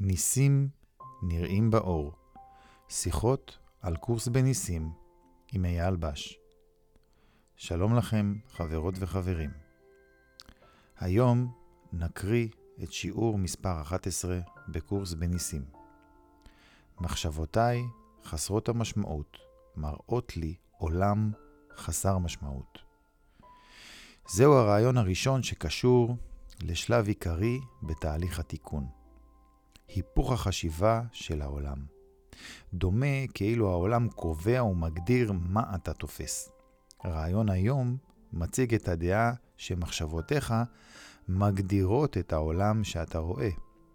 ניסים נראים באור. שיחות על קורס בניסים עם אייל בש. שלום לכם חברות וחברים. היום נקריא את שיעור מספר 11 בקורס בניסים. מחשבותיי חסרות המשמעות מראות לי עולם חסר משמעות. זהו הרעיון הראשון שקשור לשלב עיקרי בתהליך התיקון. היפוך החשיבה של העולם. דומה כאילו העולם קובע ומגדיר מה אתה תופס. רעיון היום מציג את הדעה שמחשבותיך מגדירות את העולם שאתה רואה.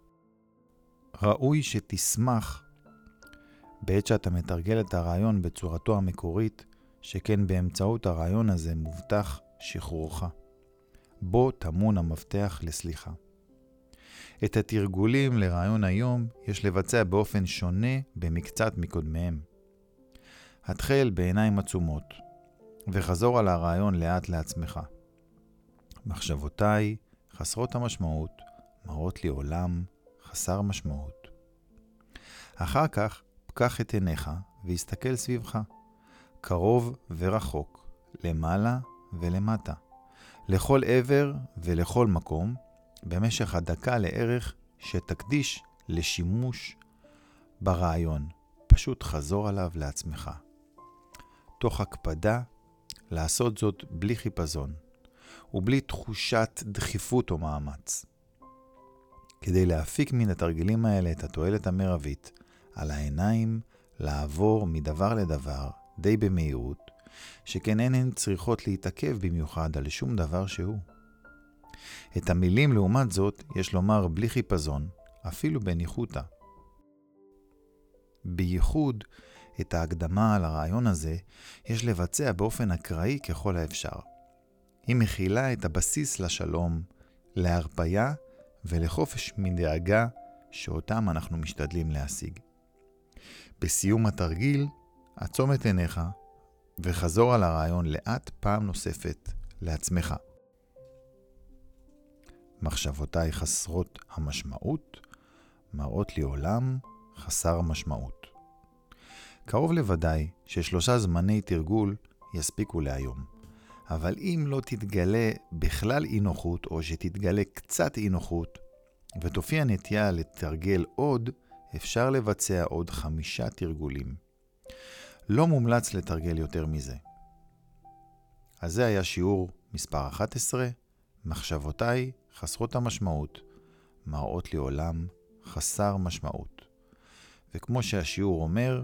ראוי שתשמח בעת שאתה מתרגל את הרעיון בצורתו המקורית, שכן באמצעות הרעיון הזה מובטח שחרורך. בו טמון המפתח לסליחה. את התרגולים לרעיון היום יש לבצע באופן שונה במקצת מקודמיהם. התחל בעיניים עצומות, וחזור על הרעיון לאט לעצמך. מחשבותיי חסרות המשמעות מראות לי עולם חסר משמעות. אחר כך פקח את עיניך והסתכל סביבך, קרוב ורחוק, למעלה ולמטה, לכל עבר ולכל מקום, במשך הדקה לערך שתקדיש לשימוש ברעיון. פשוט חזור עליו לעצמך. תוך הקפדה לעשות זאת בלי חיפזון, ובלי תחושת דחיפות או מאמץ. כדי להפיק מן התרגילים האלה את התועלת המרבית, על העיניים לעבור מדבר לדבר די במהירות, שכן הן צריכות להתעכב במיוחד על שום דבר שהוא. את המילים לעומת זאת יש לומר בלי חיפזון, אפילו בניחותא. בייחוד את ההקדמה על הרעיון הזה יש לבצע באופן אקראי ככל האפשר. היא מכילה את הבסיס לשלום, להרפיה ולחופש מדאגה שאותם אנחנו משתדלים להשיג. בסיום התרגיל, עצום את עיניך וחזור על הרעיון לאט פעם נוספת לעצמך. מחשבותיי חסרות המשמעות מראות לי עולם חסר משמעות. קרוב לוודאי ש3 זמני תרגול יספיקו להיום. אבל אם לא תתגלה בכלל אי נוחות, או שתתגלה קצת אי נוחות, ותופיע נטייה לתרגל עוד, אפשר לבצע עוד 5 תרגולים. לא מומלץ לתרגל יותר מזה. אז זה היה שיעור מספר 11, מחשבותיי חסרות המשמעות מראות לי עולם חסר משמעות. וכמו שהשיעור אומר,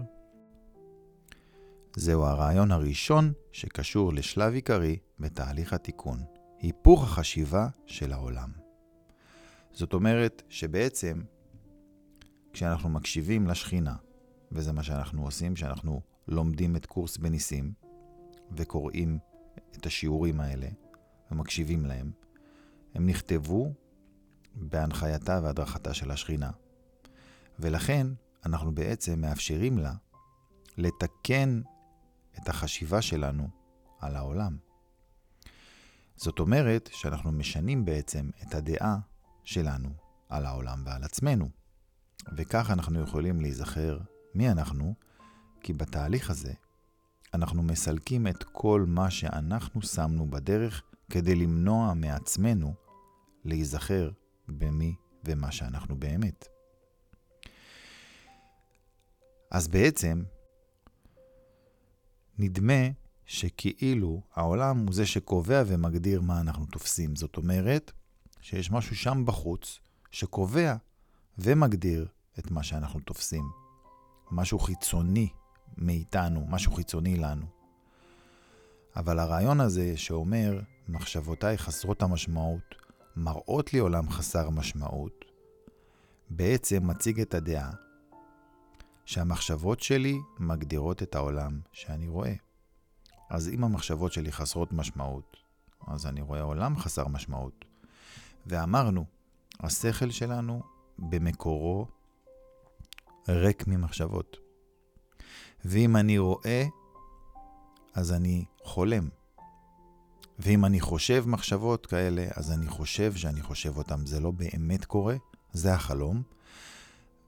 זהו הרעיון הראשון שקשור לשלב עיקרי בתהליך התיקון, היפוך החשיבה של העולם. זאת אומרת שבעצם כשאנחנו מקשיבים לשכינה, וזה מה שאנחנו עושים, שאנחנו לומדים את קורס בניסים וקוראים את השיעורים האלה ומקשיבים להם, הם נכתבו בהנחייתה והדרכתה של השכינה. ולכן אנחנו בעצם מאפשרים לה לתקן את החשיבה שלנו על העולם. זאת אומרת שאנחנו משנים בעצם את הדעה שלנו על העולם ועל עצמנו. וכך אנחנו יכולים להיזכר מי אנחנו, כי בתהליך הזה אנחנו מסלקים את כל מה שאנחנו שמנו בדרך כדי למנוע מעצמנו להיזכר במי ומה שאנחנו באמת. אז בעצם נדמה שכאילו העולם הוא זה שקובע ומגדיר מה אנחנו תופסים. זאת אומרת שיש משהו שם בחוץ שקובע ומגדיר את מה שאנחנו תופסים. משהו חיצוני מאיתנו, משהו חיצוני לנו. אבל הרעיון הזה שאומר מחשבותיי חסרות המשמעות מראות לי עולם חסר משמעות, בעצם מציג את הדעה שהמחשבות שלי מגדירות את העולם שאני רואה. אז אם המחשבות שלי חסרות משמעות, אז אני רואה עולם חסר משמעות. ואמרנו, השכל שלנו במקורו ריק ממחשבות. ואם אני רואה, אז אני חולם. ואם אני חושב מחשבות כאלה, אז אני חושב שאני חושב אותם. זה לא באמת קורה, זה החלום.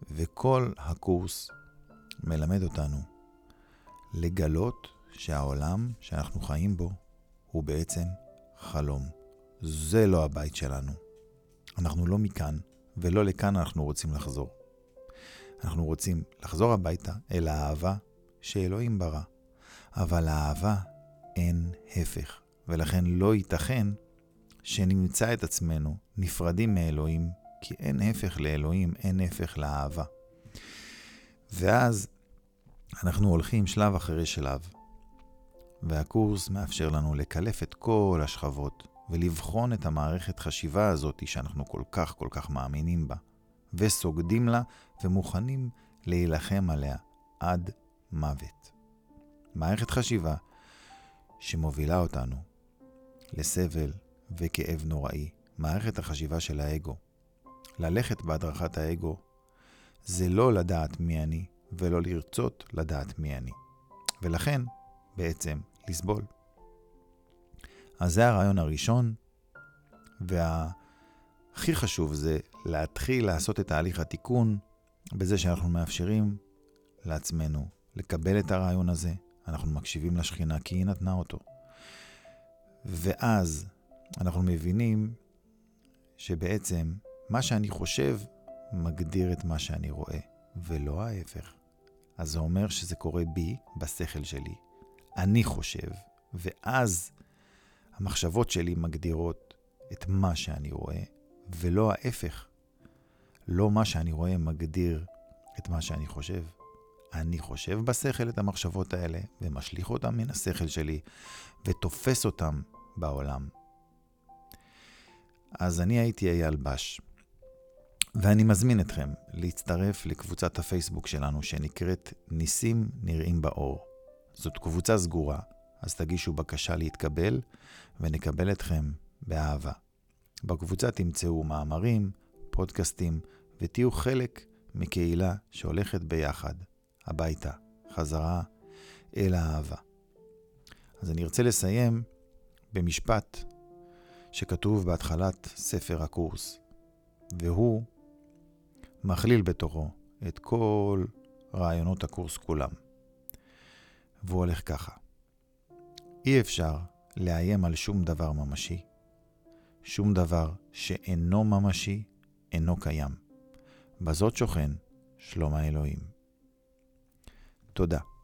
וכל הקורס מלמד אותנו לגלות שהעולם שאנחנו חיים בו הוא בעצם חלום. זה לא הבית שלנו. אנחנו לא מכאן, ולא לכאן אנחנו רוצים לחזור. אנחנו רוצים לחזור הביתה אל האהבה שאלוהים ברא. אבל האהבה אין הפך, ולכן לא ייתכן שנמצא את עצמנו נפרדים מאלוהים, כי אין הפך לאלוהים, אין הפך לאהבה. ואז אנחנו הולכים שלב אחרי שלב, והקורס מאפשר לנו לקלף את כל השכבות, ולבחון את המערכת חשיבה הזאת שאנחנו כל כך מאמינים בה, וסוגדים לה ומוכנים להילחם עליה עד מוות. מערכת חשיבה שמובילה אותנו לסבל וכאב נוראי. מערכת החשיבה של האגו. ללכת בהדרכת האגו זה לא לדעת מי אני, ולא לרצות לדעת מי אני. ולכן בעצם לסבול. אז זה הרעיון הראשון, והכי חשוב זה להתחיל לעשות את תהליך התיקון, בזה שאנחנו מאפשרים לעצמנו לקבל את הרעיון הזה, אנחנו מקשיבים לשכינה כי היא נתנה אותו. ואז אנחנו מבינים שבעצם מה שאני חושב מגדיר את מה שאני רואה, ולא ההפך. אז זה אומר שזה קורה בי, בשכל שלי. אני חושב, ואז המחשבות שלי מגדירות את מה שאני רואה, ולא ההפך. לא מה שאני רואה מגדיר את מה שאני חושב. אני חושב בשכל את המחשבות האלה, ומשליך אותם מן השכל שלי, ותופס אותם בעולם. אז אני הייתי אייל בש, ואני מזמין אתכם להצטרף לקבוצת הפייסבוק שלנו, שנקראת ניסים נראים באור. זאת קבוצה סגורה, אז תגישו בקשה להתקבל, ונקבל אתכם באהבה. בקבוצה תמצאו מאמרים, פודקאסטים, ותהיו חלק מקהילה שהולכת ביחד, הביתה, חזרה אל האהבה. אז אני ארצה לסיים במשפט שכתוב בהתחלת ספר הקורס, והוא מכליל בתוכו את כל רעיונות הקורס כולם. והוא הולך ככה: אי אפשר לאיים על שום דבר ממשי. שום דבר שאינו ממשי אינו קיים. בזאת שוכן שלום האלוהים. תודה.